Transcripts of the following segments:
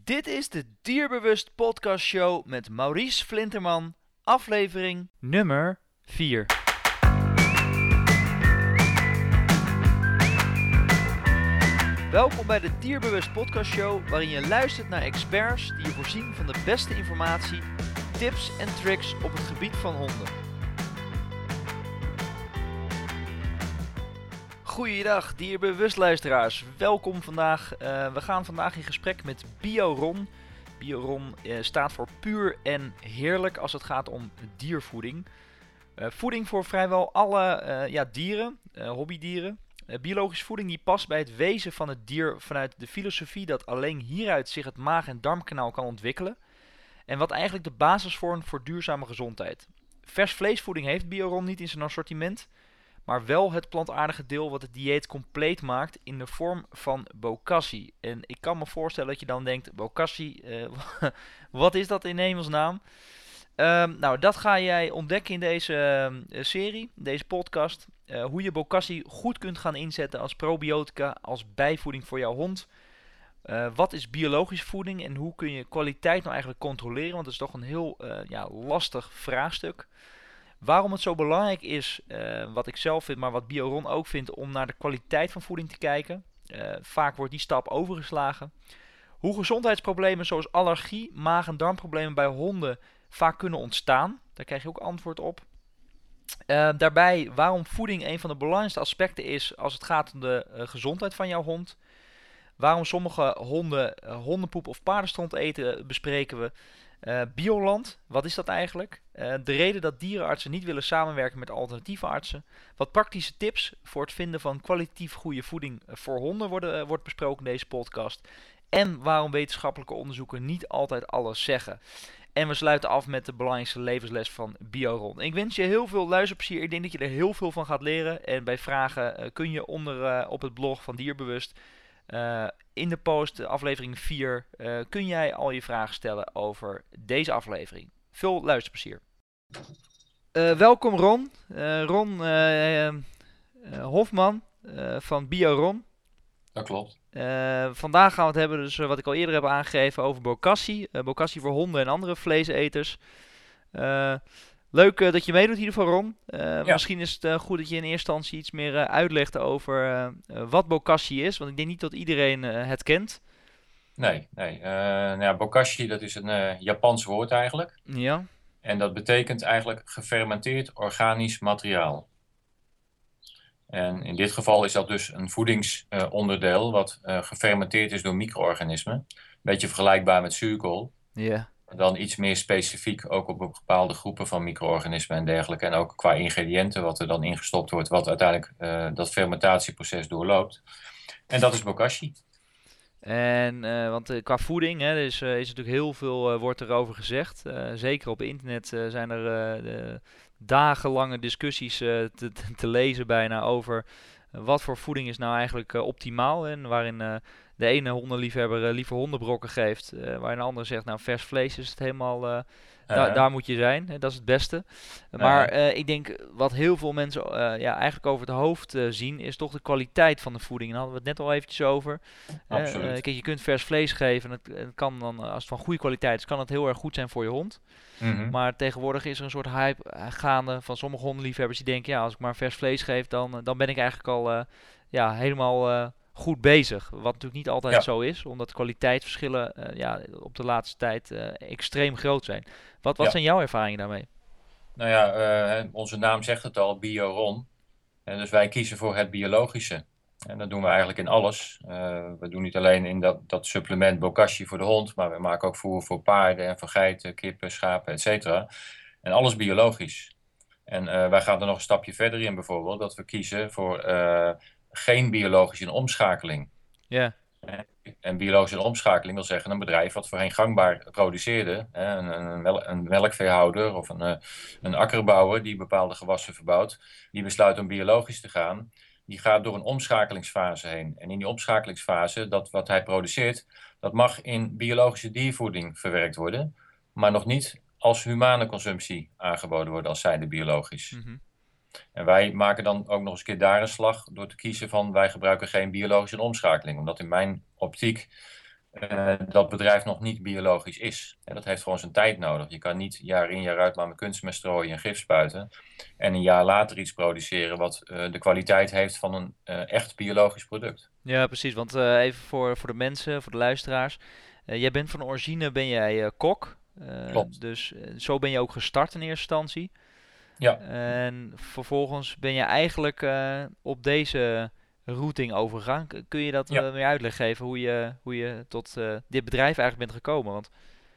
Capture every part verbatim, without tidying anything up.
Dit is de Dierbewust podcast show met Maurice Flinterman, aflevering nummer vier. Welkom bij de Dierbewust podcast show, waarin je luistert naar experts die je voorzien van de beste informatie, tips en tricks op het gebied van honden. Goeiedag dierbewust luisteraars, welkom vandaag. Uh, we gaan vandaag in gesprek met Bioron. Bioron uh, staat voor puur en heerlijk als het gaat om diervoeding. Uh, voeding voor vrijwel alle uh, ja, dieren, uh, hobbydieren. Uh, biologische voeding die past bij het wezen van het dier vanuit de filosofie dat alleen hieruit zich het maag- en darmkanaal kan ontwikkelen. En wat eigenlijk de basis vormt voor duurzame gezondheid. Vers vleesvoeding heeft Bioron niet in zijn assortiment, maar wel het plantaardige deel wat het dieet compleet maakt in de vorm van bokashi. En ik kan me voorstellen dat je dan denkt, bokashi, uh, wat is dat in hemelsnaam? Um, nou, dat ga jij ontdekken in deze uh, serie, deze podcast. Uh, hoe je bokashi goed kunt gaan inzetten als probiotica, als bijvoeding voor jouw hond. Uh, wat is biologische voeding en hoe kun je kwaliteit nou eigenlijk controleren? Want dat is toch een heel uh, ja, lastig vraagstuk. Waarom het zo belangrijk is, uh, wat ik zelf vind, maar wat Bioron ook vindt, om naar de kwaliteit van voeding te kijken. Uh, vaak wordt die stap overgeslagen. Hoe gezondheidsproblemen zoals allergie, maag- en darmproblemen bij honden vaak kunnen ontstaan. Daar krijg je ook antwoord op. Uh, daarbij waarom voeding een van de belangrijkste aspecten is als het gaat om de uh, gezondheid van jouw hond. Waarom sommige honden uh, hondenpoep of paardenstront eten bespreken we. Uh, Bioland, wat is dat eigenlijk? Uh, de reden dat dierenartsen niet willen samenwerken met alternatieve artsen. Wat praktische tips voor het vinden van kwalitatief goede voeding voor honden worden, uh, wordt besproken in deze podcast. En waarom wetenschappelijke onderzoeken niet altijd alles zeggen. En we sluiten af met de belangrijkste levensles van Bioron. Ik wens je heel veel luisterplezier. Ik denk dat je er heel veel van gaat leren. En bij vragen uh, kun je onder uh, op het blog van Dierbewust Uh, in de post, aflevering vier, uh, kun jij al je vragen stellen over deze aflevering. Veel luisterplezier. Uh, welkom Ron. Uh, Ron uh, uh, Hofman uh, van Bioron. Dat klopt. Uh, vandaag gaan we het hebben, dus uh, wat ik al eerder heb aangegeven, over bokashi. Uh, bokashi voor honden en andere vleeseters. Uh, Leuk uh, dat je meedoet in ieder geval, Ron. Uh, ja. Misschien is het uh, goed dat je in eerste instantie iets meer uh, uitlegt over uh, uh, wat bokashi is. Want ik denk niet dat iedereen uh, het kent. Nee, nee. Uh, nou ja, bokashi, dat is een uh, Japans woord eigenlijk. Ja. En dat betekent eigenlijk gefermenteerd organisch materiaal. En in dit geval is dat dus een voedingsonderdeel uh, wat uh, gefermenteerd is door micro-organismen. Een beetje vergelijkbaar met zuurkool. Ja. Dan iets meer specifiek ook op bepaalde groepen van micro-organismen en dergelijke. En ook qua ingrediënten wat er dan ingestopt wordt, wat uiteindelijk uh, dat fermentatieproces doorloopt. En dat is bokashi. En uh, want uh, qua voeding hè, dus, uh, is natuurlijk heel veel uh, wordt erover gezegd. Uh, zeker op internet uh, zijn er uh, de dagenlange discussies uh, te, te lezen bijna over uh, wat voor voeding is nou eigenlijk uh, optimaal. En waarin uh, de ene hondenliefhebber uh, liever hondenbrokken geeft, uh, waar een andere zegt nou vers vlees is het helemaal, uh, da- uh-huh. daar moet je zijn, hè, dat is het beste. Uh, maar uh, ik denk wat heel veel mensen uh, ja, eigenlijk over het hoofd uh, zien is toch de kwaliteit van de voeding. En daar hadden we het net al eventjes over. Absoluut. Uh, kijk, je kunt vers vlees geven en het, het kan dan, als het van goede kwaliteit is, kan het heel erg goed zijn voor je hond. Mm-hmm. Maar tegenwoordig is er een soort hype gaande van sommige hondenliefhebbers die denken, ja, als ik maar vers vlees geef, dan, dan ben ik eigenlijk al uh, ja, helemaal uh, goed bezig. Wat natuurlijk niet altijd ja. zo is, omdat de kwaliteitsverschillen uh, ja, op de laatste tijd uh, extreem groot zijn. Wat, wat ja. zijn jouw ervaringen daarmee? Nou ja, uh, onze naam zegt het al, Bioron. En dus wij kiezen voor het biologische. En dat doen we eigenlijk in alles. Uh, we doen niet alleen in dat, dat supplement bokashi voor de hond, maar we maken ook voer voor paarden en voor geiten, kippen, schapen, et cetera. En alles biologisch. En uh, wij gaan er nog een stapje verder in bijvoorbeeld, dat we kiezen voor uh, geen biologische omschakeling. Ja. Yeah. En biologische omschakeling wil zeggen een bedrijf wat voorheen gangbaar produceerde, hè, een, een, melk, een melkveehouder of een, een akkerbouwer die bepaalde gewassen verbouwt, die besluit om biologisch te gaan. Die gaat door een omschakelingsfase heen. En in die omschakelingsfase, dat wat hij produceert, dat mag in biologische diervoeding verwerkt worden, maar nog niet als humane consumptie aangeboden worden als zijnde biologisch. Mm-hmm. En wij maken dan ook nog eens een keer daar een slag door te kiezen van wij gebruiken geen biologische omschakeling. Omdat in mijn optiek uh, dat bedrijf nog niet biologisch is. En dat heeft gewoon zijn tijd nodig. Je kan niet jaar in jaar uit maar met kunstmest strooien en gif spuiten en een jaar later iets produceren wat uh, de kwaliteit heeft van een uh, echt biologisch product. Ja, precies. Want uh, even voor, voor de mensen, voor de luisteraars. Uh, jij bent van origine ben jij uh, kok. Uh, Klopt. dus uh, zo ben je ook gestart in eerste instantie. Ja. En vervolgens ben je eigenlijk uh, op deze routing overgegaan. K- kun je dat Ja. uh, meer uitleg geven hoe je, hoe je tot uh, dit bedrijf eigenlijk bent gekomen? Want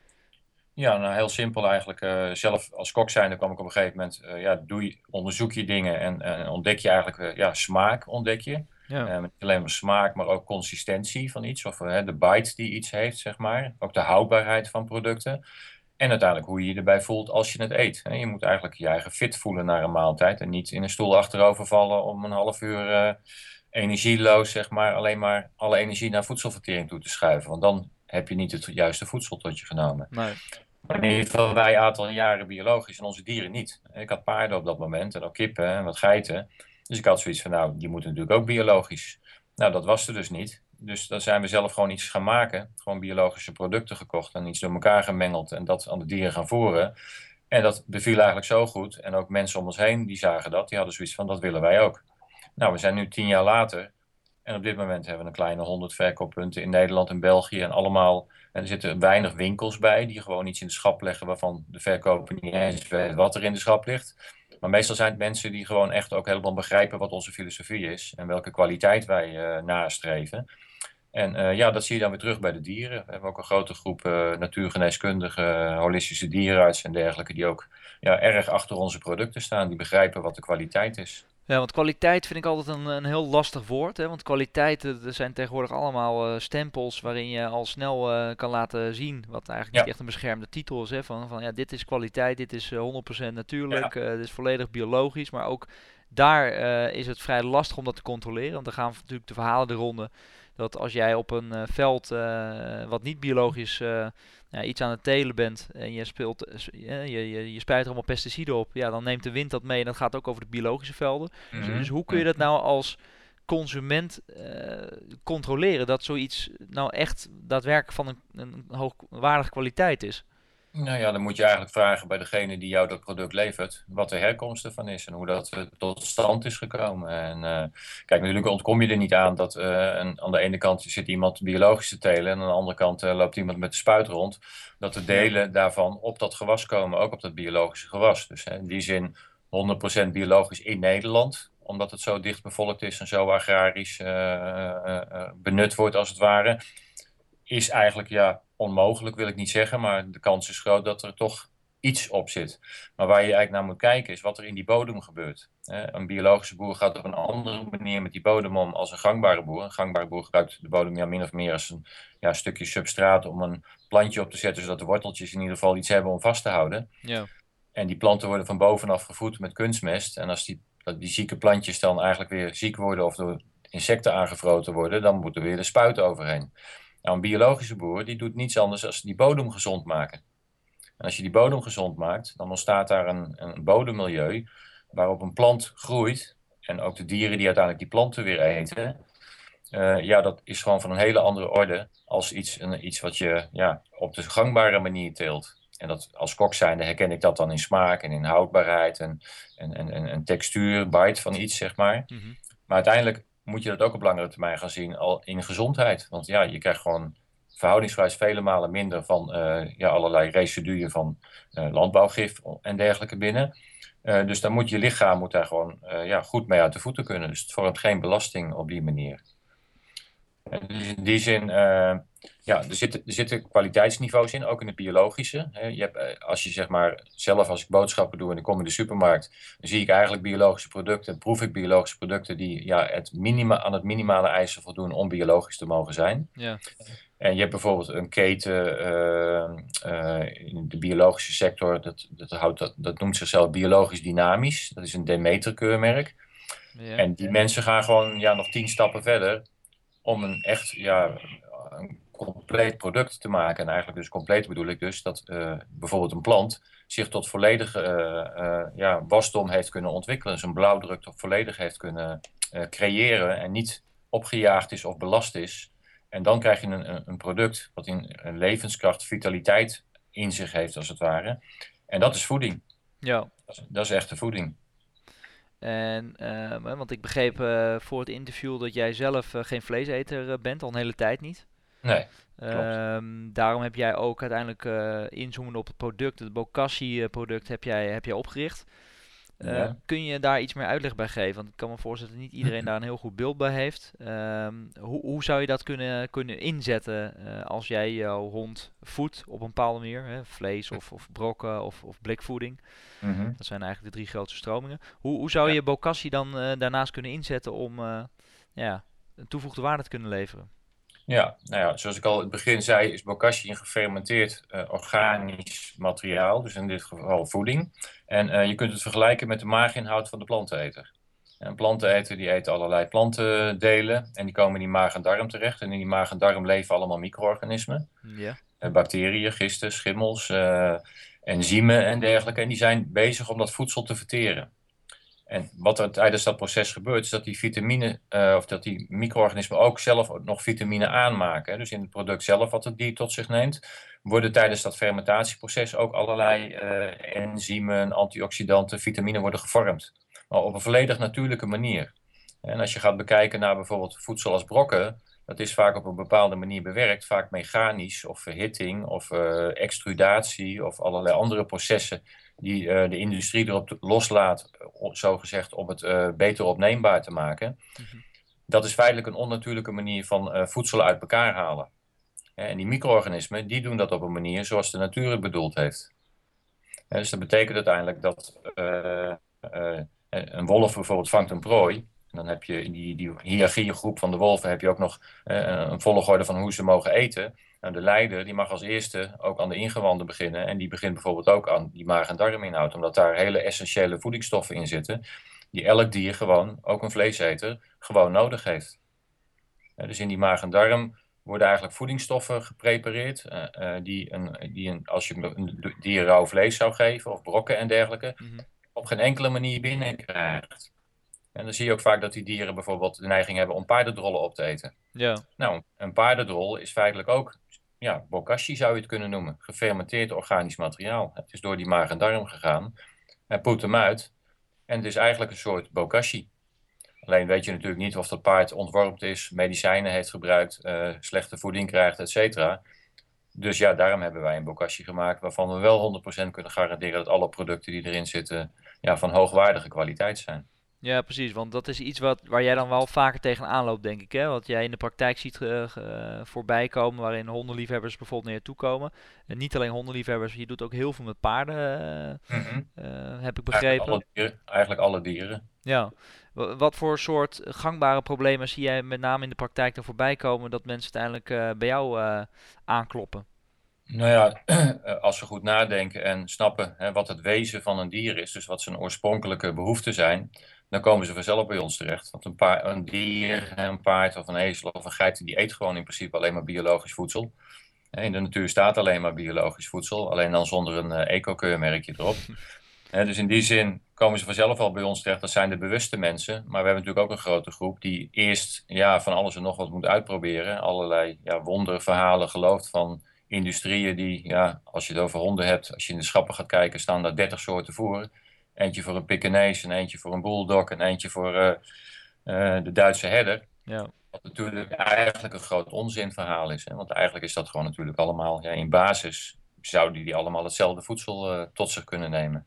Ja, nou heel simpel eigenlijk. Uh, zelf als kok zijnde kwam ik op een gegeven moment, uh, ja, doe je, onderzoek je dingen en uh, ontdek je eigenlijk, uh, ja, smaak ontdek je. ja, Uh, niet alleen maar smaak, maar ook consistentie van iets, of uh, de bite die iets heeft, zeg maar. Ook de houdbaarheid van producten. En uiteindelijk hoe je je erbij voelt als je het eet. Hè. Je moet eigenlijk je eigen fit voelen naar een maaltijd en niet in een stoel achterover vallen om een half uur uh, energieloos, zeg maar, alleen maar alle energie naar voedselvertering toe te schuiven. Want dan heb je niet het juiste voedsel tot je genomen. nee. Maar in ieder geval, wij aten al jaren biologisch en onze dieren niet. Ik had paarden op dat moment en ook kippen en wat geiten. Dus ik had zoiets van, nou, die moeten natuurlijk ook biologisch. Nou, dat was er dus niet. Dus dan zijn we zelf gewoon iets gaan maken. Gewoon biologische producten gekocht en iets door elkaar gemengeld en dat aan de dieren gaan voeren. En dat beviel eigenlijk zo goed. En ook mensen om ons heen, die zagen dat. Die hadden zoiets van, dat willen wij ook. Nou, we zijn nu tien jaar later. En op dit moment hebben we een kleine honderd verkooppunten in Nederland en België. En allemaal, en er zitten weinig winkels bij die gewoon iets in de schap leggen waarvan de verkoper niet eens weet wat er in de schap ligt. Maar meestal zijn het mensen die gewoon echt ook helemaal begrijpen wat onze filosofie is en welke kwaliteit wij uh, nastreven. En uh, ja, dat zie je dan weer terug bij de dieren. We hebben ook een grote groep uh, natuurgeneeskundige, holistische dierenartsen en dergelijke die ook ja, erg achter onze producten staan. Die begrijpen wat de kwaliteit is. Ja, want kwaliteit vind ik altijd een, een heel lastig woord. Hè? Want kwaliteit, eh, er zijn tegenwoordig allemaal uh, stempels waarin je al snel uh, kan laten zien. Wat eigenlijk Ja. niet echt een beschermde titel is. Hè? Van, van ja, dit is kwaliteit, dit is uh, honderd procent natuurlijk, Ja. uh, dit is volledig biologisch. Maar ook daar uh, is het vrij lastig om dat te controleren. Want dan gaan natuurlijk de verhalen de ronde. Dat als jij op een uh, veld uh, wat niet biologisch uh, ja, iets aan het telen bent en je, speelt, uh, je, je, je spuit er allemaal pesticiden op, ja, dan neemt de wind dat mee en dat gaat ook over de biologische velden. Dus, Mm-hmm. dus hoe kun je dat nou als consument uh, controleren dat zoiets nou echt daadwerkelijk van een, een hoogwaardige kwaliteit is? Nou ja, dan moet je eigenlijk vragen bij degene die jou dat product levert, wat de herkomst ervan is en hoe dat uh, tot stand is gekomen. En uh, kijk, natuurlijk ontkom je er niet aan dat uh, een, aan de ene kant zit iemand biologisch te telen en aan de andere kant uh, loopt iemand met de spuit rond. Dat de delen ja. daarvan op dat gewas komen, ook op dat biologische gewas. Dus hè, in die zin honderd procent biologisch in Nederland, omdat het zo dicht bevolkt is en zo agrarisch uh, uh, uh, benut wordt als het ware, is eigenlijk ja onmogelijk, wil ik niet zeggen, maar de kans is groot dat er toch iets op zit. Maar waar je eigenlijk naar moet kijken is wat er in die bodem gebeurt. Een biologische boer gaat op een andere manier met die bodem om als een gangbare boer. Een gangbare boer gebruikt de bodem ja, min of meer als een ja, stukje substraat om een plantje op te zetten, zodat de worteltjes in ieder geval iets hebben om vast te houden. Ja. En die planten worden van bovenaf gevoed met kunstmest. En als die, die zieke plantjes dan eigenlijk weer ziek worden of door insecten aangevroten worden, dan moet er weer de spuit overheen. Nou, een biologische boer die doet niets anders dan die bodem gezond maken. En als je die bodem gezond maakt, dan ontstaat daar een, een bodemmilieu waarop een plant groeit. En ook de dieren die uiteindelijk die planten weer eten. Uh, ja, dat is gewoon van een hele andere orde als iets, een, iets wat je ja, op de gangbare manier teelt. En dat, als kok zijnde herken ik dat dan in smaak en in houdbaarheid en, en, en, en textuur, bite van iets, zeg maar. Mm-hmm. Maar uiteindelijk moet je dat ook op langere termijn gaan zien al in gezondheid. Want ja, je krijgt gewoon verhoudingsgewijs vele malen minder van uh, ja, allerlei residuen van uh, landbouwgif en dergelijke binnen. Uh, dus dan moet je lichaam moet daar gewoon uh, ja, goed mee uit de voeten kunnen. Dus het vormt geen belasting op die manier. En dus in die zin, uh, ja, er zitten, er zitten kwaliteitsniveaus in, ook in het biologische. Je hebt, als je zeg maar, zelf als ik boodschappen doe en ik kom in de supermarkt, dan zie ik eigenlijk biologische producten, proef ik biologische producten die ja, het minima, aan het minimale eisen voldoen om biologisch te mogen zijn. Ja. En je hebt bijvoorbeeld een keten uh, uh, in de biologische sector, dat, dat, houdt, dat, dat noemt zichzelf biologisch dynamisch. Dat is een Demeter-keurmerk. Ja. En die mensen gaan gewoon ja, nog tien stappen verder om een echt ja, een compleet product te maken. En eigenlijk dus compleet bedoel ik dus dat uh, bijvoorbeeld een plant zich tot volledige uh, uh, ja, wasdom heeft kunnen ontwikkelen. Zijn blauwdruk tot volledig heeft kunnen uh, creëren en niet opgejaagd is of belast is. En dan krijg je een, een product wat in een levenskracht, vitaliteit in zich heeft, als het ware. En dat is voeding. Ja. Dat is, dat is echte voeding. En, ehm, hè, want ik begreep eh, voor het interview dat jij zelf eh, geen vleeseter eh, bent, al een hele tijd niet. Nee, klopt. Ehm, daarom heb jij ook uiteindelijk uh, inzoomen op het product, het Bokashi-product, heb jij, heb jij opgericht. Uh, Ja. kun je daar iets meer uitleg bij geven? Want ik kan me voorstellen dat niet iedereen daar een heel goed beeld bij heeft. Um, hoe, hoe zou je dat kunnen, kunnen inzetten uh, als jij jouw hond voedt op een bepaalde manier? Hè? Vlees of, of brokken of, of blikvoeding. Mm-hmm. Dat zijn eigenlijk de drie grootste stromingen. Hoe, hoe zou Ja. je Bokashi dan uh, daarnaast kunnen inzetten om uh, ja, een toegevoegde waarde te kunnen leveren? Ja, nou ja, zoals ik al in het begin zei, is bokashi een gefermenteerd uh, organisch materiaal, dus in dit geval voeding. En uh, je kunt het vergelijken met de maaginhoud van de planteneter. Een planteneter die eet allerlei plantendelen en die komen in die maag en darm terecht. En in die maag en darm leven allemaal micro-organismen. Ja. Uh, bacteriën, gisten, schimmels, uh, enzymen en dergelijke. En die zijn bezig om dat voedsel te verteren. En wat er tijdens dat proces gebeurt, is dat die vitamine, uh, of dat die micro-organismen ook zelf nog vitamine aanmaken. Hè. Dus in het product zelf wat het dier tot zich neemt, worden tijdens dat fermentatieproces ook allerlei uh, enzymen, antioxidanten, vitamine worden gevormd. Maar op een volledig natuurlijke manier. En als je gaat bekijken naar bijvoorbeeld voedsel als brokken, dat is vaak op een bepaalde manier bewerkt, vaak mechanisch of verhitting of uh, extrudatie of allerlei andere processen die uh, de industrie erop loslaat, zogezegd, om het uh, beter opneembaar te maken. Mm-hmm. Dat is feitelijk een onnatuurlijke manier van uh, voedsel uit elkaar halen. En die micro-organismen, die doen dat op een manier zoals de natuur het bedoeld heeft. En dus dat betekent uiteindelijk dat uh, uh, een wolf bijvoorbeeld vangt een prooi. En dan heb je in die, die hiërarchiegroep van de wolven heb je ook nog uh, een volgorde van hoe ze mogen eten. Nou, de leider die mag als eerste ook aan de ingewanden beginnen. En die begint bijvoorbeeld ook aan die maag- en darminhoud. Omdat daar hele essentiële voedingsstoffen in zitten. Die elk dier gewoon, ook een vleeseter, gewoon nodig heeft. Ja, dus in die maag en darm worden eigenlijk voedingsstoffen geprepareerd. Uh, uh, die, een, die een, als je een dier rauw vlees zou geven, of brokken en dergelijke, mm-hmm. op geen enkele manier binnenkrijgt. En dan zie je ook vaak dat die dieren bijvoorbeeld de neiging hebben om paardendrollen op te eten. Ja. Nou, een paardendrol is feitelijk ook, ja, bokashi zou je het kunnen noemen. Gefermenteerd organisch materiaal. Het is door die maag en darm gegaan. Hij poet hem uit. En het is eigenlijk een soort bokashi. Alleen weet je natuurlijk niet of dat paard ontworpen is, medicijnen heeft gebruikt, uh, slechte voeding krijgt, et cetera. Dus ja, daarom hebben wij een bokashi gemaakt waarvan we wel honderd procent kunnen garanderen dat alle producten die erin zitten ja, van hoogwaardige kwaliteit zijn. Ja, precies, want dat is iets wat, waar jij dan wel vaker tegenaan loopt, denk ik. Hè? Wat jij in de praktijk ziet uh, uh, voorbij komen, waarin hondenliefhebbers bijvoorbeeld naar je toe komen. En niet alleen hondenliefhebbers, je doet ook heel veel met paarden, uh, mm-hmm. uh, heb ik begrepen. Eigenlijk alle dieren. Eigenlijk alle dieren. Ja. Wat voor soort gangbare problemen zie jij met name in de praktijk er voorbij komen dat mensen uiteindelijk uh, bij jou uh, aankloppen? Nou ja, als we goed nadenken en snappen hè, wat het wezen van een dier is, dus wat zijn oorspronkelijke behoeften zijn, dan komen ze vanzelf bij ons terecht. Want een, paar, een dier, een paard of een ezel of een geit, die eet gewoon in principe alleen maar biologisch voedsel. In de natuur staat alleen maar biologisch voedsel, alleen dan zonder een uh, eco-keurmerkje erop. He, dus in die zin komen ze vanzelf al bij ons terecht. Dat zijn de bewuste mensen. Maar we hebben natuurlijk ook een grote groep die eerst ja, van alles en nog wat moet uitproberen. Allerlei ja, wonderverhalen gelooft van industrieën die, ja, als je het over honden hebt, als je in de schappen gaat kijken, staan daar dertig soorten voer. Eentje voor een Pekingese, een eentje voor een bulldog en eentje voor uh, uh, de Duitse herder. Ja. Wat natuurlijk eigenlijk een groot onzinverhaal is. Hè? Want eigenlijk is dat gewoon natuurlijk allemaal, ja, in basis zouden die allemaal hetzelfde voedsel uh, tot zich kunnen nemen.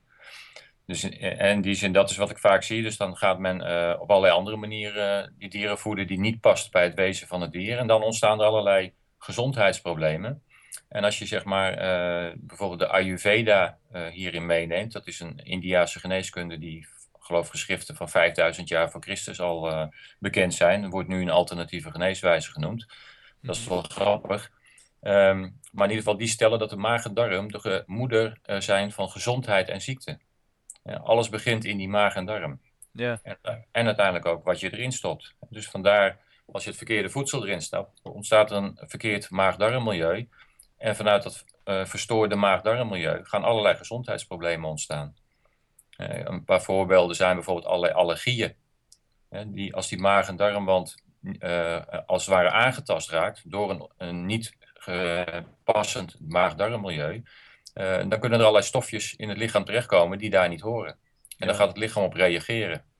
Dus in die zin, dat is wat ik vaak zie. Dus dan gaat men uh, op allerlei andere manieren uh, die dieren voeden die niet past bij het wezen van het dier. En dan ontstaan er allerlei gezondheidsproblemen. En als je zeg maar uh, bijvoorbeeld de Ayurveda uh, hierin meeneemt, dat is een Indiase geneeskunde die, geloof geschriften van vijfduizend jaar voor Christus al uh, bekend zijn. Er wordt nu een alternatieve geneeswijze genoemd. Dat is wel grappig. Um, maar in ieder geval, die stellen dat de maag en darm de moeder uh, zijn van gezondheid en ziekte. Ja, alles begint in die maag en darm. Yeah. En, en uiteindelijk ook wat je erin stopt. Dus vandaar, als je het verkeerde voedsel erin stapt, ontstaat er een verkeerd maag-darmmilieu. En vanuit dat uh, verstoorde maag-darmmilieu gaan allerlei gezondheidsproblemen ontstaan. Uh, een paar voorbeelden zijn bijvoorbeeld allerlei allergieën. Uh, die, als die maag- en darmwand uh, als het ware aangetast raakt door een, een niet uh, passend maag-darmmilieu, uh, dan kunnen er allerlei stofjes in het lichaam terechtkomen die daar niet horen. En ja. Dan gaat het lichaam op reageren. En,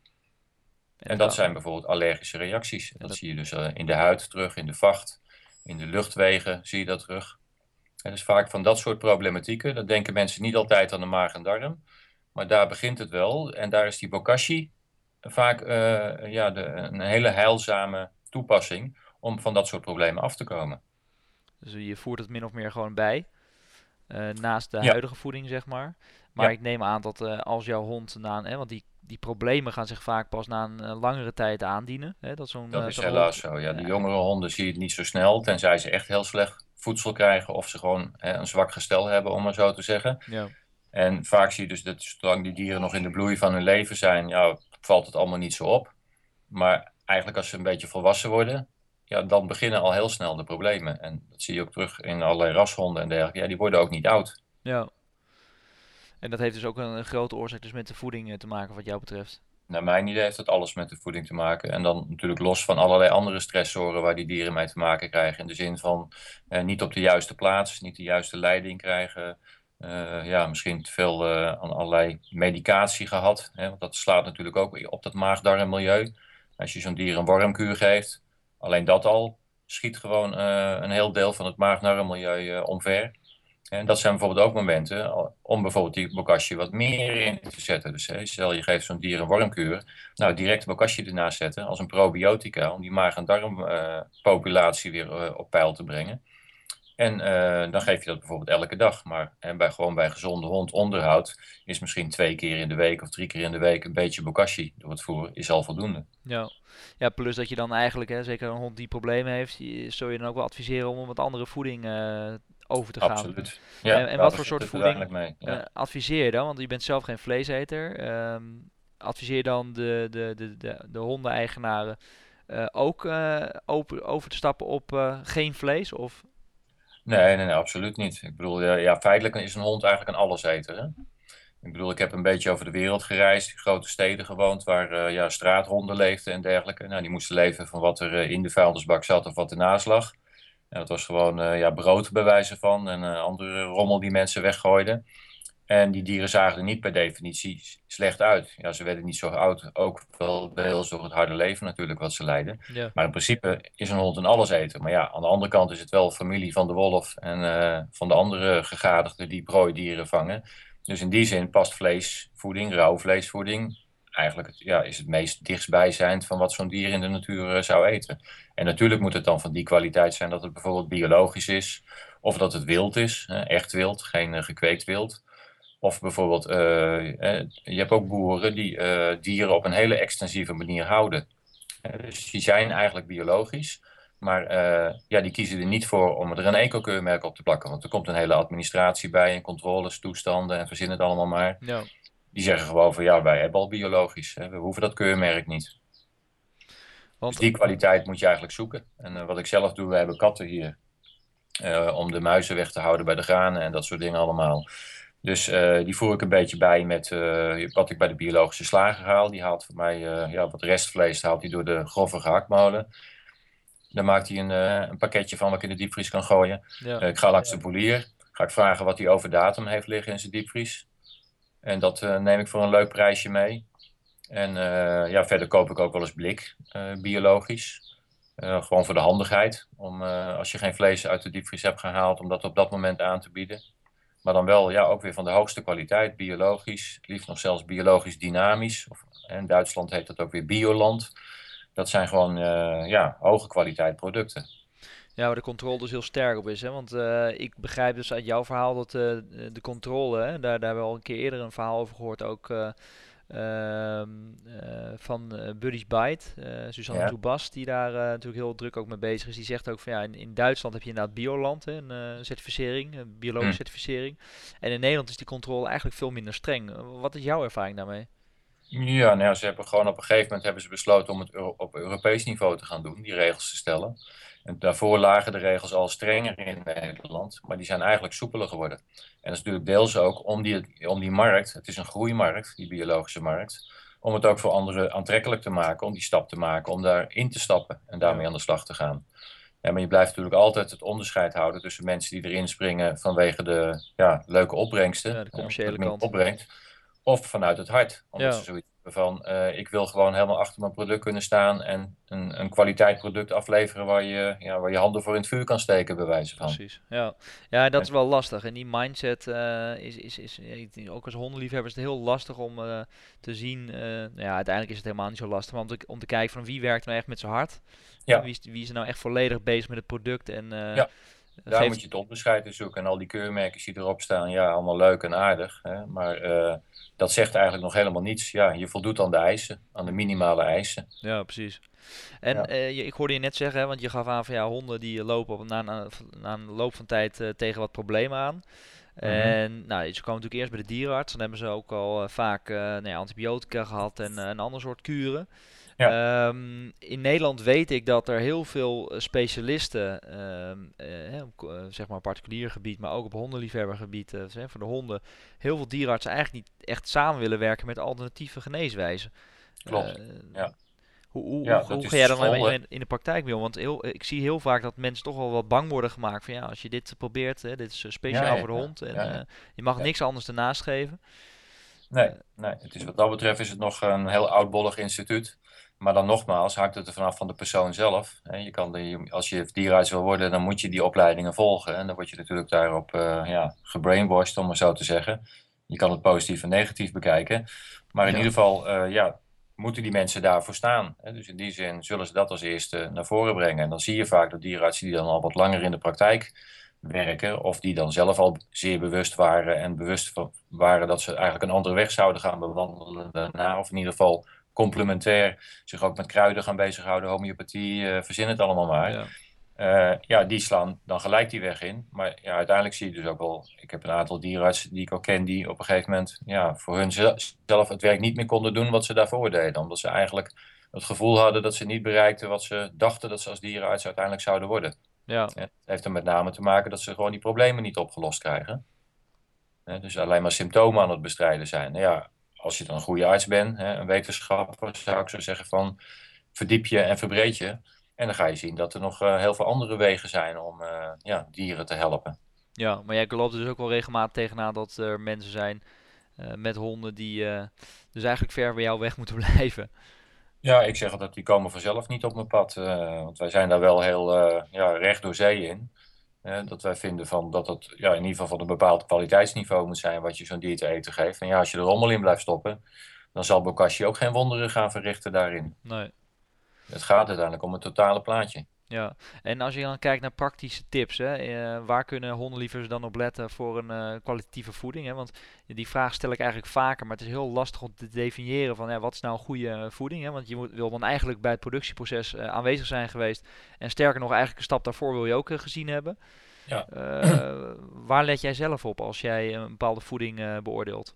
en dat kan... zijn bijvoorbeeld allergische reacties. Dat, dat zie je dus uh, in de huid terug, in de vacht, in de luchtwegen zie je dat terug. En dus vaak van dat soort problematieken, dat denken mensen niet altijd aan de maag en darm. Maar daar begint het wel. En daar is die bokashi vaak uh, ja, de, een hele heilzame toepassing om van dat soort problemen af te komen. Dus je voert het min of meer gewoon bij, uh, naast de ja. huidige voeding, zeg maar. Maar ja. ik neem aan dat uh, als jouw hond na een, hè, want die, die problemen gaan zich vaak pas na een uh, langere tijd aandienen. Hè, dat zo'n, dat uh, is zo'n helaas hond, zo, ja. De jongere honden zie je het niet zo snel, tenzij ze echt heel slecht voedsel krijgen of ze gewoon hè, een zwak gestel hebben, om maar zo te zeggen. Ja. En vaak zie je dus dat zolang die dieren nog in de bloei van hun leven zijn, ja, valt het allemaal niet zo op. Maar eigenlijk als ze een beetje volwassen worden, ja, dan beginnen al heel snel de problemen. En dat zie je ook terug in allerlei rashonden en dergelijke. Ja, die worden ook niet oud. Ja. En dat heeft dus ook een, een grote oorzaak dus met de voeding te maken wat jou betreft. Naar mijn idee heeft dat alles met de voeding te maken. En dan natuurlijk los van allerlei andere stressoren waar die dieren mee te maken krijgen. In de zin van eh, niet op de juiste plaats, niet de juiste leiding krijgen. Uh, ja, misschien te veel uh, aan allerlei medicatie gehad. Hè, want dat slaat natuurlijk ook op dat maag-darmmilieu. Als je zo'n dier een wormkuur geeft, alleen dat al schiet gewoon uh, een heel deel van het maag-darmmilieu uh, omver. En dat zijn bijvoorbeeld ook momenten om bijvoorbeeld die bokashi wat meer in te zetten. Dus hè, stel je geeft zo'n dier een wormkuur, nou direct bokashi ernaast zetten als een probiotica om die maag- en darmpopulatie uh, weer uh, op peil te brengen. En uh, dan geef je dat bijvoorbeeld elke dag. Maar hè, bij, gewoon bij gezonde hond onderhoud is misschien twee keer in de week of drie keer in de week een beetje bokashi door het voeren is al voldoende. Ja. Ja, plus dat je dan eigenlijk, hè, zeker een hond die problemen heeft, zul je dan ook wel adviseren om wat andere voeding uh, over te gaan. Absoluut. Ja, en en wat voor soort voeding mee, ja. uh, adviseer je dan? Want je bent zelf geen vleeseter. Um, adviseer je dan de, de, de, de, de hondeneigenaren uh, ook uh, open, over te stappen op uh, geen vlees? Of... Nee, nee, nee, absoluut niet. Ik bedoel, ja, ja, feitelijk is een hond eigenlijk een alleseter. Hè? Ik bedoel, ik heb een beetje over de wereld gereisd, in grote steden gewoond, waar uh, ja, straathonden leefden en dergelijke. Nou, die moesten leven van wat er uh, in de vuilnisbak zat of wat ernaast lag. En dat was gewoon uh, ja, brood bij wijze van en uh, andere rommel die mensen weggooiden. En die dieren zagen er niet per definitie slecht uit. Ja, ze werden niet zo oud, ook wel deels door het harde leven natuurlijk wat ze leiden. Ja. Maar in principe is een hond een alleseter. Maar ja, aan de andere kant is het wel familie van de wolf en uh, van de andere gegadigden die prooidieren vangen. Dus in die zin past vleesvoeding, rauw vleesvoeding, eigenlijk het, ja, is het meest dichtstbijzijnd van wat zo'n dier in de natuur uh, zou eten. En natuurlijk moet het dan van die kwaliteit zijn dat het bijvoorbeeld biologisch is, of dat het wild is, hè, echt wild, geen uh, gekweekt wild. Of bijvoorbeeld, uh, eh, je hebt ook boeren die uh, dieren op een hele extensieve manier houden. Uh, dus die zijn eigenlijk biologisch, maar uh, ja, die kiezen er niet voor om er een eco-keurmerk op te plakken. Want er komt een hele administratie bij en controles, toestanden en verzin het allemaal maar. Ja. Die zeggen gewoon van ja, wij hebben al biologisch. Hè, we hoeven dat keurmerk niet. Want... Dus die kwaliteit moet je eigenlijk zoeken. En uh, wat ik zelf doe, we hebben katten hier. Uh, om de muizen weg te houden bij de granen en dat soort dingen allemaal. Dus uh, die voer ik een beetje bij met uh, wat ik bij de biologische slager haal. Die haalt voor mij uh, ja, wat restvlees, haalt hij door de grove gehaktmolen. Dan maakt hij een, uh, een pakketje van wat ik in de diepvries kan gooien. Ja. Uh, ik ga langs de boelier. Ga ik vragen wat hij over datum heeft liggen in zijn diepvries. En dat uh, neem ik voor een leuk prijsje mee. En uh, ja, verder koop ik ook wel eens blik, uh, biologisch. Uh, gewoon voor de handigheid. Om uh, als je geen vlees uit de diepvries hebt gehaald, om dat op dat moment aan te bieden. Maar dan wel ja, ook weer van de hoogste kwaliteit, biologisch, liefst nog zelfs biologisch dynamisch. Of, in Duitsland heet dat ook weer Bioland. Dat zijn gewoon uh, ja, hoge kwaliteit producten. Ja, waar de controle dus heel sterk op is. Hè? Want uh, ik begrijp dus uit jouw verhaal dat uh, de controle, hè? Daar, daar hebben we al een keer eerder een verhaal over gehoord, ook uh, uh, uh, van uh, Buddy's Bite, uh, Suzanne ja. Toebas, die daar uh, natuurlijk heel druk ook mee bezig is. Die zegt ook van ja, in, in Duitsland heb je inderdaad Bioland, hè, een uh, certificering, een biologische mm. certificering. En in Nederland is die controle eigenlijk veel minder streng. Wat is jouw ervaring daarmee? Ja, nou ja, ze hebben gewoon op een gegeven moment hebben ze besloten om het Euro- op Europees niveau te gaan doen, die regels te stellen. En daarvoor lagen de regels al strenger in Nederland, maar die zijn eigenlijk soepeler geworden. En dat is natuurlijk deels ook om die, om die markt, het is een groeimarkt, die biologische markt, om het ook voor anderen aantrekkelijk te maken, om die stap te maken, om daarin te stappen en daarmee Ja. aan de slag te gaan. Ja, maar je blijft natuurlijk altijd het onderscheid houden tussen mensen die erin springen vanwege de ja, leuke opbrengsten, Ja, de hè, commerciële wat meer kant. opbrengt, of vanuit het hart. Omdat ze Ja, zoiets hebben van, eh, ik wil gewoon helemaal achter mijn product kunnen staan en een, een kwaliteitsproduct afleveren waar je, ja, waar je handen voor in het vuur kan steken, bij wijze van. precies. Ja, ja, dat is En- wel lastig. En die mindset eh, is, is, is ja, ik denk ook als hondenliefhebber is het heel lastig om eh, te zien. eh, nou ja, uiteindelijk is het helemaal niet zo lastig, maar om te, om te kijken van wie werkt nou echt met zijn hart. Hè, ja, wie, is, wie is er nou echt volledig bezig met het product en eh, ja. Daar moet geeft... je het onderscheid in zoeken. En al die keurmerken die erop staan, ja, allemaal leuk en aardig. Hè? Maar eh, dat zegt eigenlijk nog helemaal niets. Ja, je voldoet aan de eisen, aan de minimale eisen. Ja, precies. En Ja. eh, je, ik hoorde je net zeggen, hè, want je gaf aan van ja, honden die lopen op, na, na, na een loop van tijd eh, tegen wat problemen aan. Mhm. En nou, ze komen natuurlijk eerst bij de dierenarts. Dan hebben ze ook al eh, vaak eh, nou ja, antibiotica gehad en eh, een ander soort kuren. Ja, Ehm, in Nederland weet ik dat er heel veel eh, specialisten, ehm, eh, hè, op, eh, zeg maar particulier gebied, maar ook op hondenliefhebbergebied, eh, zeg, voor de honden, heel veel dierenartsen eigenlijk niet echt samen willen werken met alternatieve geneeswijzen. Eh, klopt. Ja. hoe, hoe, Ja, hoe, dat hoe is ga de jij dan school, hè? in, in de praktijk mee om? Want heel, ik zie heel vaak dat mensen toch wel wat bang worden gemaakt van ja, als je dit probeert, hè, dit is eh, Ja, speciaal ja, voor de ja. hond en Ja, eh, ja. je mag Ja. niks anders ernaast geven. Nee, Eh, nee. Het is, wat dat betreft is het nog een heel oudbollig instituut. Maar dan nogmaals, hangt het er vanaf van de persoon zelf. Hè. Je kan de, als je dierenarts wil worden, dan moet je die opleidingen volgen. En dan word je natuurlijk daarop eh ja, gebrainwashed, om maar zo te zeggen. Je kan het positief en negatief bekijken. Maar in ja, ieder geval, eh, ja, moeten die mensen daarvoor staan. Hè. Dus in die zin zullen ze dat als eerste naar voren brengen. En dan zie je vaak dat dierenartsen die dan al wat langer in de praktijk werken, of die dan zelf al zeer bewust waren en bewust van waren dat ze eigenlijk een andere weg zouden gaan bewandelen daarna, of in ieder geval complementair zich ook met kruiden gaan bezighouden, homeopathie, uh, verzin het allemaal maar. ja, Uh, ja, die slaan dan gelijk die weg in. Maar ja, uiteindelijk zie je dus ook wel, ik heb een aantal dierenartsen die ik ook ken, die op een gegeven moment ja, voor hunzelf het werk niet meer konden doen wat ze daarvoor deden. Omdat ze eigenlijk het gevoel hadden dat ze niet bereikten wat ze dachten dat ze als dierenarts uiteindelijk zouden worden. ja, Het heeft er met name te maken dat ze gewoon die problemen niet opgelost krijgen. Dus alleen maar symptomen aan het bestrijden zijn. Nou ja, als je dan een goede arts bent, een wetenschapper, zou ik zo zeggen van verdiep je en verbreed je. En dan ga je zien dat er nog heel veel andere wegen zijn om uh, ja, dieren te helpen. ja. Maar jij loopt er dus ook wel regelmatig tegenaan dat er mensen zijn uh, met honden die uh, dus eigenlijk ver bij jou weg moeten blijven. Ja, ik zeg altijd, die komen vanzelf niet op mijn pad. Uh, want wij zijn daar wel heel uh, ja, recht door zee in. Uh, dat wij vinden van dat het ja, in ieder geval van een bepaald kwaliteitsniveau moet zijn wat je zo'n dier te eten geeft. En ja, als je er rommel in blijft stoppen, dan zal Bokashi ook geen wonderen gaan verrichten daarin. Nee. Het gaat uiteindelijk om het totale plaatje. Ja, en als je dan kijkt naar praktische tips, hè, eh, waar kunnen hondenliefhebbers dan op letten voor een eh, kwalitatieve voeding? Hè? Want die vraag stel ik eigenlijk vaker, maar het is heel lastig om te definiëren van ja, wat is nou een goede eh, voeding? Hè? Want je moet, wil dan eigenlijk bij het productieproces eh, aanwezig zijn geweest. En sterker nog, eigenlijk een stap daarvoor wil je ook eh, gezien hebben. Ja. Uh, waar let jij zelf op als jij een bepaalde voeding uh, beoordeelt?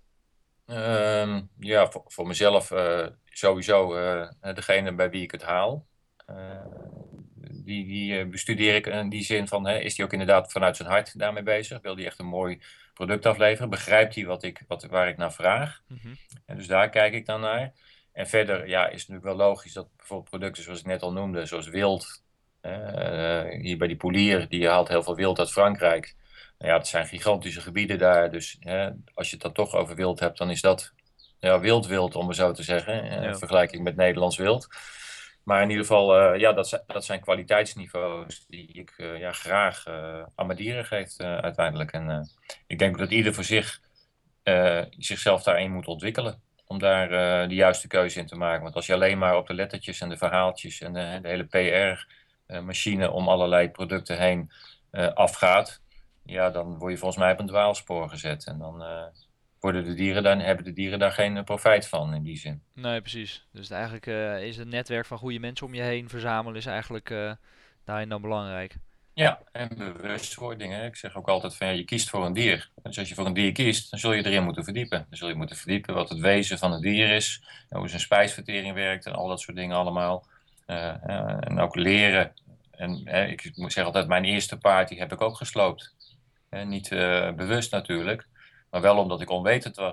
Um, ja, voor, voor mezelf uh, sowieso uh, degene bij wie ik het haal. Uh, die, die bestudeer ik in die zin van, hè, is die ook inderdaad vanuit zijn hart daarmee bezig? Wil die echt een mooi product afleveren? Begrijpt hij wat ik, wat, waar ik naar vraag? Mm-hmm. En dus daar kijk ik dan naar. En verder ja, is het natuurlijk wel logisch dat bijvoorbeeld producten zoals ik net al noemde, zoals wild. Uh, hier bij die Poulier, die haalt heel veel wild uit Frankrijk. Nou ja, het zijn gigantische gebieden daar. Dus hè, als je het dan toch over wild hebt, dan is dat ja, wild wild, om maar zo te zeggen. In ja. vergelijking met Nederlands wild. Maar in ieder geval, uh, ja, dat zijn, dat zijn kwaliteitsniveaus die ik uh, ja, graag uh, aan mijn dieren geef uh, uiteindelijk. En uh, ik denk dat ieder voor zich uh, zichzelf daarin moet ontwikkelen. Om daar uh, de juiste keuze in te maken. Want als je alleen maar op de lettertjes en de verhaaltjes en de, de hele P R-machine om allerlei producten heen uh, afgaat, ja, dan word je volgens mij op een dwaalspoor gezet. En dan uh, worden de dieren daar, hebben de dieren daar geen uh, profijt van in die zin. Nee, precies. Dus eigenlijk uh, is het netwerk van goede mensen om je heen verzamelen is eigenlijk uh, daarin dan belangrijk. Ja, en bewustwording. Hè. Ik zeg ook altijd van ja, je kiest voor een dier. Dus als je voor een dier kiest, dan zul je erin moeten verdiepen. Dan zul je moeten verdiepen wat het wezen van het dier is. Hoe zijn spijsvertering werkt en al dat soort dingen allemaal. Uh, uh, en ook leren. En uh, ik moet zeggen altijd, mijn eerste paard die heb ik ook gesloopt. Uh, niet uh, bewust natuurlijk, maar wel omdat ik onwetend was.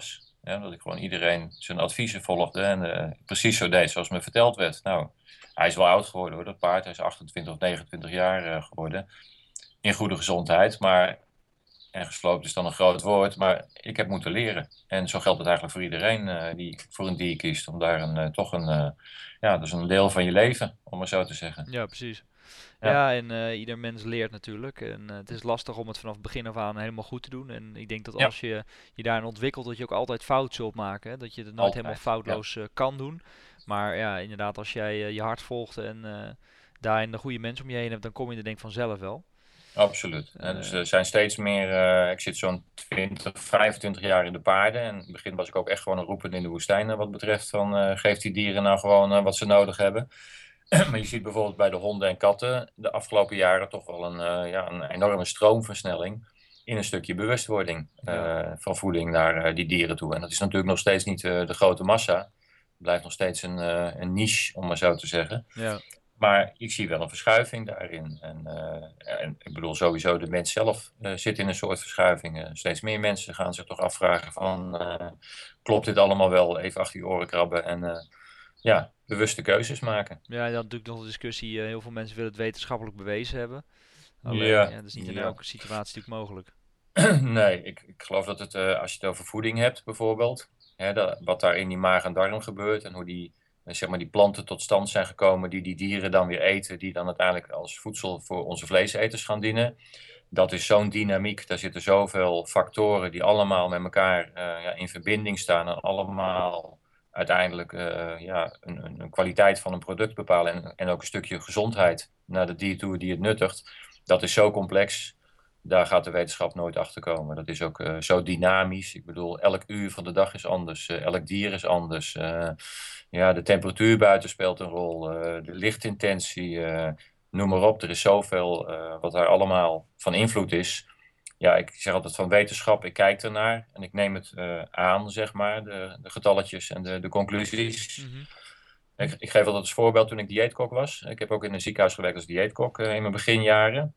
Ja, dat ik gewoon iedereen zijn adviezen volgde en uh, precies zo deed zoals me verteld werd. Nou, hij is wel oud geworden hoor, dat paard. Hij is achtentwintig of negenentwintig jaar uh, geworden. In goede gezondheid, maar... En gesloopt is dan een groot woord, maar ik heb moeten leren. En zo geldt het eigenlijk voor iedereen uh, die voor een dier kiest. Om daar een, uh, toch een, uh, ja, dat is een deel van je leven, om maar zo te zeggen. Ja, precies. Ja, Ja, en uh, ieder mens leert natuurlijk. En uh, het is lastig om het vanaf het begin af aan helemaal goed te doen. En ik denk dat ja, als je je daarin ontwikkelt, dat je ook altijd fout zult maken. Hè? Dat je het nooit helemaal altijd. Ja, foutloos uh, kan doen. Maar ja, inderdaad, als jij uh, je hart volgt en uh, daarin de goede mensen om je heen hebt, dan kom je er denk ik vanzelf wel. absoluut. En dus Uh, er zijn steeds meer, uh, ik zit zo'n twintig, vijfentwintig jaar in de paarden. En in het begin was ik ook echt gewoon een roepen in de woestijn uh, wat betreft van uh, geef die dieren nou gewoon uh, wat ze nodig hebben. Maar je ziet bijvoorbeeld bij de honden en katten de afgelopen jaren toch wel een, uh, ja, een enorme stroomversnelling in een stukje bewustwording ja, uh, van voeding naar uh, die dieren toe. En dat is natuurlijk nog steeds niet uh, de grote massa. Het blijft nog steeds een, uh, een niche, om maar zo te zeggen. ja, Maar ik zie wel een verschuiving daarin. En, uh, en ik bedoel, sowieso de mens zelf uh, zit in een soort verschuiving. Uh, steeds meer mensen gaan zich toch afvragen van... Uh, klopt dit allemaal wel? Even achter je oren krabben en uh, ja, bewuste keuzes maken. ja, dat natuurlijk nog de discussie. Uh, heel veel mensen willen het wetenschappelijk bewezen hebben. Alleen, Ja, ja, dat is niet in ja. elke situatie natuurlijk mogelijk. Nee, ik, ik geloof dat het, uh, als je het over voeding hebt bijvoorbeeld, hè, dat, wat daar in die maag en darm gebeurt en hoe die, uh, zeg maar die planten tot stand zijn gekomen die die dieren dan weer eten, die dan uiteindelijk als voedsel voor onze vleeseters gaan dienen. Dat is zo'n dynamiek, daar zitten zoveel factoren die allemaal met elkaar uh, ja, in verbinding staan en allemaal uiteindelijk uh, ja, een, een, een kwaliteit van een product bepalen en, en ook een stukje gezondheid naar de dier toe die het nuttigt. Dat is zo complex. Daar gaat de wetenschap nooit achter komen. Dat is ook uh, zo dynamisch. Ik bedoel, elk uur van de dag is anders. Uh, elk dier is anders. Uh, ja, de temperatuur buiten speelt een rol. Uh, de lichtintentie, uh, noem maar op. Er is zoveel uh, wat daar allemaal van invloed is. Ja, ik zeg altijd van wetenschap, ik kijk ernaar en ik neem het uh, aan, zeg maar, de, de getalletjes en de, de conclusies. Mhm. Ik, ik geef altijd als voorbeeld toen ik dieetkok was. Ik heb ook in een ziekenhuis gewerkt als dieetkok uh, in mijn beginjaren.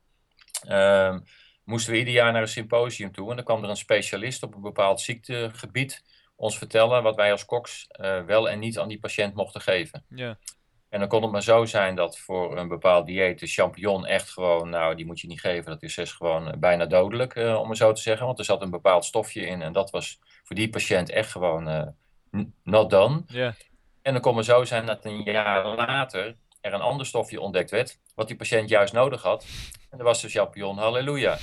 Um, moesten we ieder jaar naar een symposium toe. En dan kwam er een specialist op een bepaald ziektegebied ons vertellen wat wij als koks uh, wel en niet aan die patiënt mochten geven. Ja, En dan kon het maar zo zijn dat voor een bepaald dieet de champignon echt gewoon, nou die moet je niet geven, dat is dus gewoon bijna dodelijk, uh, om het zo te zeggen. Want er zat een bepaald stofje in en dat was voor die patiënt echt gewoon uh, not done. ja, En dan kon het zo zijn dat een jaar later er een ander stofje ontdekt werd, wat die patiënt juist nodig had. En dat was de champignon, halleluja.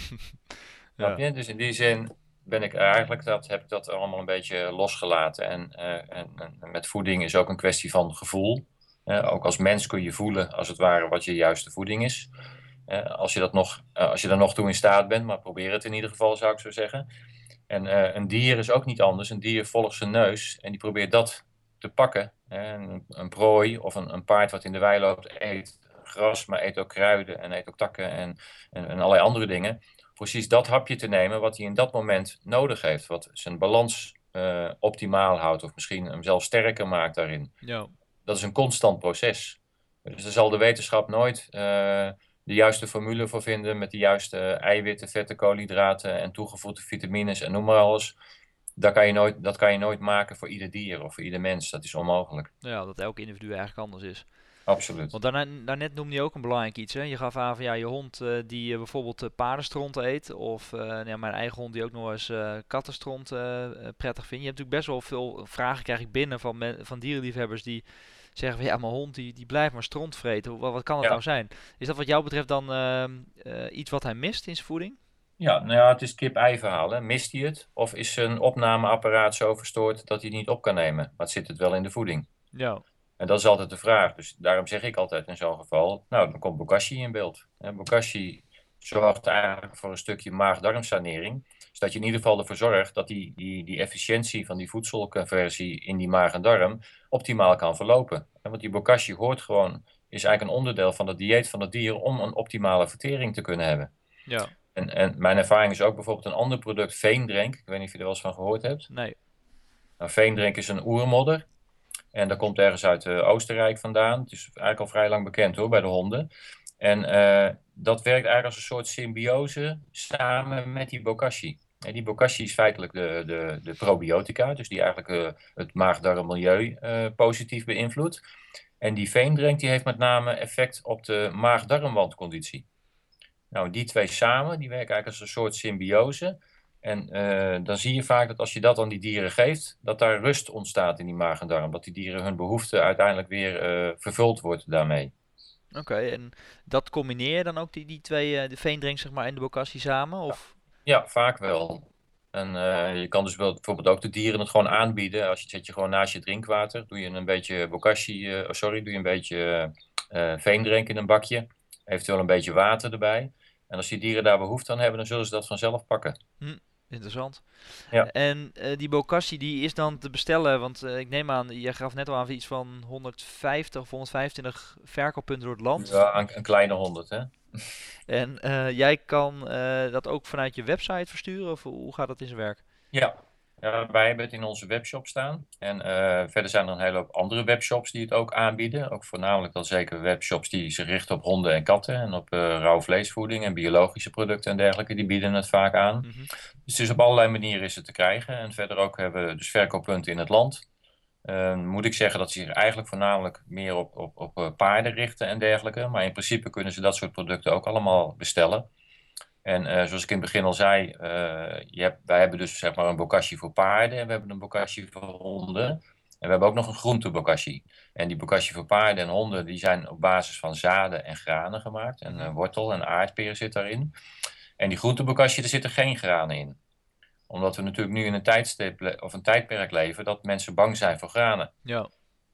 Snap ja, je? Dus in die zin ben ik eigenlijk dat, heb ik dat allemaal een beetje losgelaten. En, uh, en, en met voeding is ook een kwestie van gevoel. Uh, ook als mens kun je voelen, als het ware, wat je juiste voeding is. Uh, als je dat nog, uh, als je er nog toe in staat bent, maar probeer het in ieder geval, zou ik zo zeggen. En uh, een dier is ook niet anders. Een dier volgt zijn neus en die probeert dat te pakken. Een, een prooi of een, een paard wat in de wei loopt eet gras, maar eet ook kruiden en eet ook takken en, en, en allerlei andere dingen. Precies dat hapje te nemen wat hij in dat moment nodig heeft. Wat zijn balans uh, optimaal houdt of misschien hem zelf sterker maakt daarin. ja. Dat is een constant proces. Dus daar zal de wetenschap nooit uh, de juiste formule voor vinden met de juiste eiwitten, vetten, koolhydraten en toegevoegde vitamines en noem maar alles. Dat kan je nooit, dat kan je nooit maken voor ieder dier of voor ieder mens. Dat is onmogelijk. Ja, dat elk individu eigenlijk anders is. Absoluut. Want daarna, daarnet noemde je ook een belangrijk iets. Hè? Je gaf aan van ja, je hond uh, die uh, bijvoorbeeld uh, paardenstront eet. Of uh, nou ja, mijn eigen hond die ook nog eens uh, kattenstront uh, prettig vindt. Je hebt natuurlijk best wel veel vragen krijg ik binnen van, men, van dierenliefhebbers die zeggen van ja, mijn hond die, die blijft maar stront vreten. Wat, wat kan het Ja. nou zijn? Is dat wat jou betreft dan uh, uh, iets wat hij mist in zijn voeding? Ja, nou ja, het is kip-ei verhaal. Hè. Mist hij het? Of is zijn opnameapparaat zo verstoord dat hij het niet op kan nemen? Maar het zit het wel in de voeding? Ja, En dat is altijd de vraag. Dus daarom zeg ik altijd in zo'n geval, nou, dan komt bokashi in beeld. En bokashi zorgt eigenlijk voor een stukje maag-darmsanering. Zodat je in ieder geval ervoor zorgt dat die, die, die efficiëntie van die voedselconversie in die maag en darm optimaal kan verlopen. Want die bokashi hoort gewoon, is eigenlijk een onderdeel van het dieet van het dier om een optimale vertering te kunnen hebben. ja, En, en mijn ervaring is ook bijvoorbeeld een ander product, veendrenk. Ik weet niet of je er wel eens van gehoord hebt. nee, Nou, veendrenk is een oermodder. En dat komt ergens uit uh, Oostenrijk vandaan. Het is eigenlijk al vrij lang bekend hoor, bij de honden. En uh, dat werkt eigenlijk als een soort symbiose samen met die bokashi. En die bokashi is feitelijk de, de, de probiotica, dus die eigenlijk uh, het maag-darmmilieu uh, positief beïnvloedt. En die veendrenk die heeft met name effect op de maag-darmwandconditie. Nou, die twee samen, die werken eigenlijk als een soort symbiose. En uh, dan zie je vaak dat als je dat aan die dieren geeft, dat daar rust ontstaat in die maag en darm. Dat die dieren hun behoefte uiteindelijk weer uh, vervuld wordt daarmee. Oké, okay, en dat combineer je dan ook die, die twee, uh, de veendrink zeg maar en de bokashi samen? Of? Ja, vaak wel. En uh, je kan dus wel bijvoorbeeld ook de dieren het gewoon aanbieden. Als je zet je gewoon naast je drinkwater, doe je een beetje bokashi, uh, oh sorry, doe je een beetje uh, veendrink in een bakje. Eventueel een beetje water erbij. En als die dieren daar behoefte aan hebben, dan zullen ze dat vanzelf pakken. Hm, interessant. Ja. En uh, die bokashi die is dan te bestellen, want uh, ik neem aan, je gaf net al aan iets van honderdvijftig of honderdvijfentwintig verkooppunten door het land. Ja, een, een kleine honderd, hè. En uh, jij kan uh, dat ook vanuit je website versturen, of hoe gaat dat in zijn werk? Ja. Ja, wij hebben het in onze webshop staan. En uh, verder zijn er een hele hoop andere webshops die het ook aanbieden. Ook voornamelijk dan zeker webshops die zich richten op honden en katten. En op uh, rauw vleesvoeding en biologische producten en dergelijke. Die bieden het vaak aan. Mm-hmm. Dus, dus op allerlei manieren is het te krijgen. En verder ook hebben we dus verkooppunten in het land. Uh, moet ik zeggen dat ze zich eigenlijk voornamelijk meer op, op, op uh, paarden richten en dergelijke. Maar in principe kunnen ze dat soort producten ook allemaal bestellen. En uh, zoals ik in het begin al zei, uh, je hebt, wij hebben dus zeg maar een bokashi voor paarden en we hebben een bokashi voor honden. En we hebben ook nog een groentebokashi. En die bokashi voor paarden en honden die zijn op basis van zaden en granen gemaakt. En uh, wortel en aardpeer zit daarin. En die groentebokashi, daar zitten geen granen in. Omdat we natuurlijk nu in een tijdstip of een tijdperk leven dat mensen bang zijn voor granen. Ja.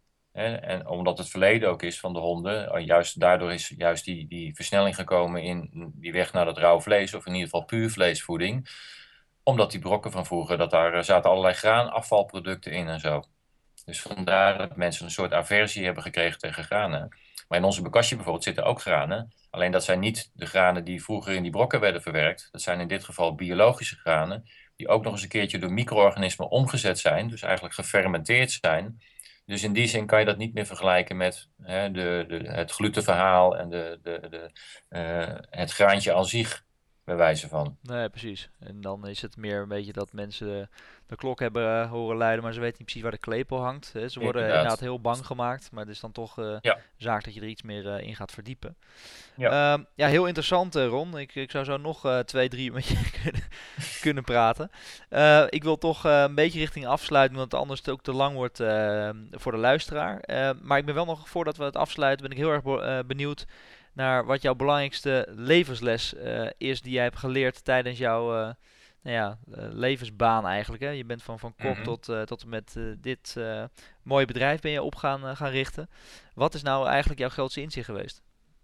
En, en omdat het verleden ook is van de honden, juist daardoor is juist die, die versnelling gekomen in die weg naar dat rauw vlees, of in ieder geval puur vleesvoeding. Omdat die brokken van vroeger, dat daar zaten allerlei graanafvalproducten in en zo. Dus vandaar dat mensen een soort aversie hebben gekregen tegen granen. Maar in onze bokashi bijvoorbeeld zitten ook granen. Alleen dat zijn niet de granen die vroeger in die brokken werden verwerkt. Dat zijn in dit geval biologische granen, die ook nog eens een keertje door micro-organismen omgezet zijn. Dus eigenlijk gefermenteerd zijn. Dus in die zin kan je dat niet meer vergelijken met hè, de, de, het glutenverhaal en de, de, de, uh, het graantje aan zich, bij wijze van. Nee, precies. En dan is het meer een beetje dat mensen de, de klok hebben uh, horen luiden, maar ze weten niet precies waar de klepel hangt. Hè. Ze worden inderdaad. inderdaad heel bang gemaakt, maar het is dan toch uh, ja. zaak dat je er iets meer uh, in gaat verdiepen. Ja, uh, ja heel interessant uh, Ron. Ik, ik zou zo nog uh, twee, drie met je kunnen, kunnen praten. Uh, ik wil toch uh, een beetje richting afsluiten, want anders het ook te lang wordt uh, voor de luisteraar. Uh, maar ik ben wel nog, voordat we het afsluiten, ben ik heel erg be- uh, benieuwd naar wat jouw belangrijkste levensles uh, is die jij hebt geleerd tijdens jouw uh, nou ja, uh, levensbaan eigenlijk. Hè? Je bent van, van kok mm-hmm. tot, uh, tot en met uh, dit uh, mooie bedrijf ben je op gaan, uh, gaan richten. Wat is nou eigenlijk jouw grootste inzicht geweest?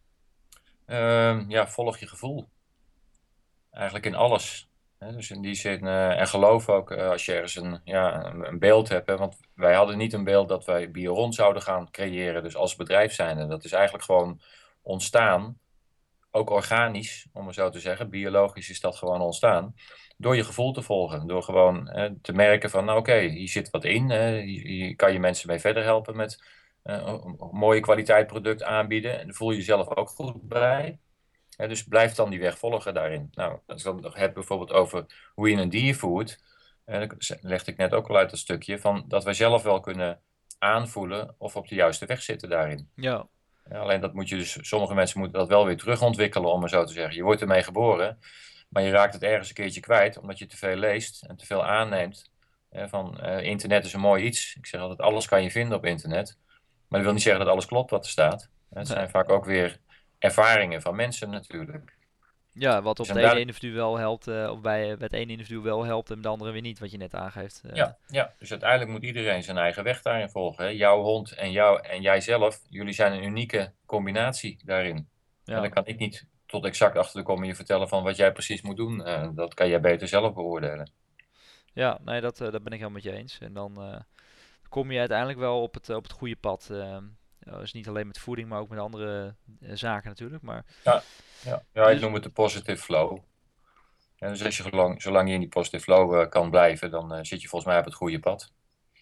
Uh, ja, volg je gevoel. Eigenlijk in alles. Hè? Dus in die zin, uh, en geloof ook uh, als je ergens een, ja, een, een beeld hebt. Hè? Want wij hadden niet een beeld dat wij Bioron zouden gaan creëren, dus als bedrijf zijnde. Dat is eigenlijk gewoon ontstaan, ook organisch, om maar zo te zeggen, biologisch is dat gewoon ontstaan, door je gevoel te volgen, door gewoon eh, te merken van, nou oké, okay, hier zit wat in, eh, hier, hier kan je mensen mee verder helpen met uh, een mooie kwaliteit product aanbieden, en daar voel je jezelf ook goed bij. Eh, dus blijf dan die weg volgen daarin. Nou, als ik dan heb bijvoorbeeld over hoe je een dier voert, en eh, dat legde ik net ook al uit dat stukje, van dat wij zelf wel kunnen aanvoelen of we op de juiste weg zitten daarin. Ja. Ja, alleen dat moet je dus, sommige mensen moeten dat wel weer terugontwikkelen, om maar zo te zeggen. Je wordt ermee geboren, maar je raakt het ergens een keertje kwijt, omdat je te veel leest en te veel aanneemt. Ja, van, uh, internet is een mooi iets. Ik zeg altijd, alles kan je vinden op internet. Maar dat wil niet zeggen dat alles klopt wat er staat. Het nee. zijn vaak ook weer ervaringen van mensen natuurlijk. Ja, wat op dus het ene daar... individu wel helpt, uh, of bij, bij het ene individu wel helpt en de andere weer niet, wat je net aangeeft. Uh. Ja, ja, dus uiteindelijk moet iedereen zijn eigen weg daarin volgen. Hè? Jouw hond en, jou, en jijzelf, jullie zijn een unieke combinatie daarin. Ja. En dan kan ik niet tot exact achter de komen je vertellen van wat jij precies moet doen. Uh, dat kan jij beter zelf beoordelen. Ja, nee, dat, uh, dat ben ik helemaal met je eens. En dan uh, kom je uiteindelijk wel op het, op het goede pad. Uh, dus niet alleen met voeding, maar ook met andere uh, zaken natuurlijk. Maar... Ja, ja. ja dus... ik noem het de positive flow. En dus als je zolang, zolang je in die positive flow uh, kan blijven, dan uh, zit je volgens mij op het goede pad.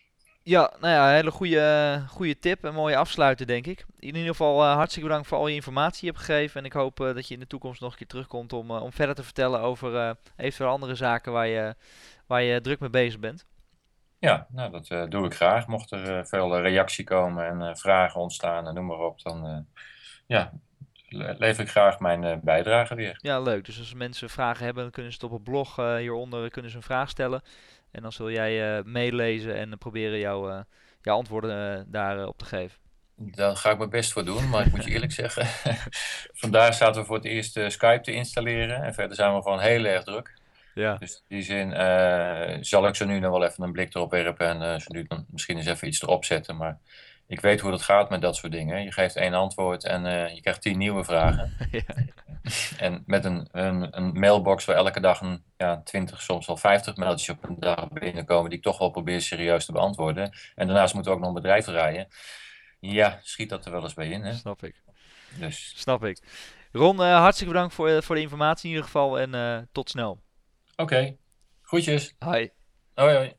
Ja, nou ja, een hele goede, goede tip. Een mooie afsluiter, denk ik. In ieder geval uh, hartstikke bedankt voor al je informatie die je hebt gegeven. En ik hoop uh, dat je in de toekomst nog een keer terugkomt om, uh, om verder te vertellen over uh, eventueel andere zaken waar je, waar je druk mee bezig bent. Ja, nou, dat uh, doe ik graag. Mocht er uh, veel uh, reactie komen en uh, vragen ontstaan en noem maar op, dan uh, ja, le- lever ik graag mijn uh, bijdrage weer. Ja, leuk. Dus als mensen vragen hebben, dan kunnen ze het op het blog uh, hieronder kunnen ze een vraag stellen. En dan zul jij uh, meelezen en uh, proberen jouw uh, jouw antwoorden uh, daarop op te geven. Daar ga ik mijn best voor doen, maar ik moet je eerlijk zeggen, vandaag zaten we voor het eerst uh, Skype te installeren en verder zijn we gewoon heel erg druk. Ja. Dus in die zin uh, zal ik zo nu nog wel even een blik erop werpen en uh, zo nu dan misschien eens even iets erop zetten. Maar ik weet hoe dat gaat met dat soort dingen. Je geeft één antwoord en uh, je krijgt tien nieuwe vragen. Ja. En met een, een, een mailbox waar elke dag een ja, twintig, soms wel vijftig mailtjes op een dag binnenkomen die ik toch wel probeer serieus te beantwoorden. En daarnaast moet ook nog een bedrijf draaien. Ja, schiet dat er wel eens bij in, hè? Snap ik. Dus. Snap ik. Ron, uh, hartstikke bedankt voor, uh, voor de informatie in ieder geval en uh, tot snel. Oké, okay. Groetjes. Hoi. Hoi, hoi.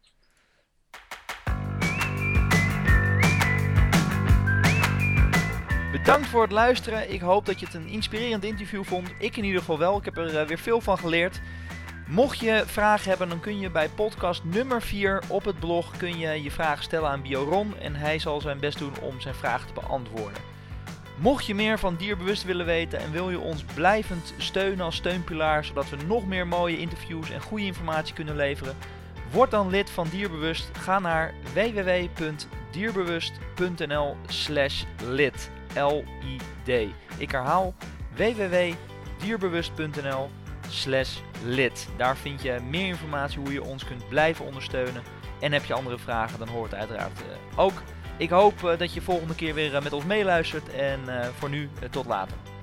Bedankt voor het luisteren. Ik hoop dat je het een inspirerend interview vond. Ik in ieder geval wel. Ik heb er uh, weer veel van geleerd. Mocht je vragen hebben, dan kun je bij podcast nummer vier op het blog kun je, je vragen stellen aan Bio Ron. En hij zal zijn best doen om zijn vragen te beantwoorden. Mocht je meer van Dierbewust willen weten en wil je ons blijvend steunen als steunpilaar, zodat we nog meer mooie interviews en goede informatie kunnen leveren, word dan lid van Dierbewust. Ga naar w w w punt dierbewust punt n l slash lid. L I D. Ik herhaal w w w punt dierbewust punt n l slash lid. Daar vind je meer informatie hoe je ons kunt blijven ondersteunen. En heb je andere vragen, dan hoort het uiteraard uh, ook. Ik hoop uh, dat je volgende keer weer uh, met ons meeluistert. En uh, voor nu, uh, tot later.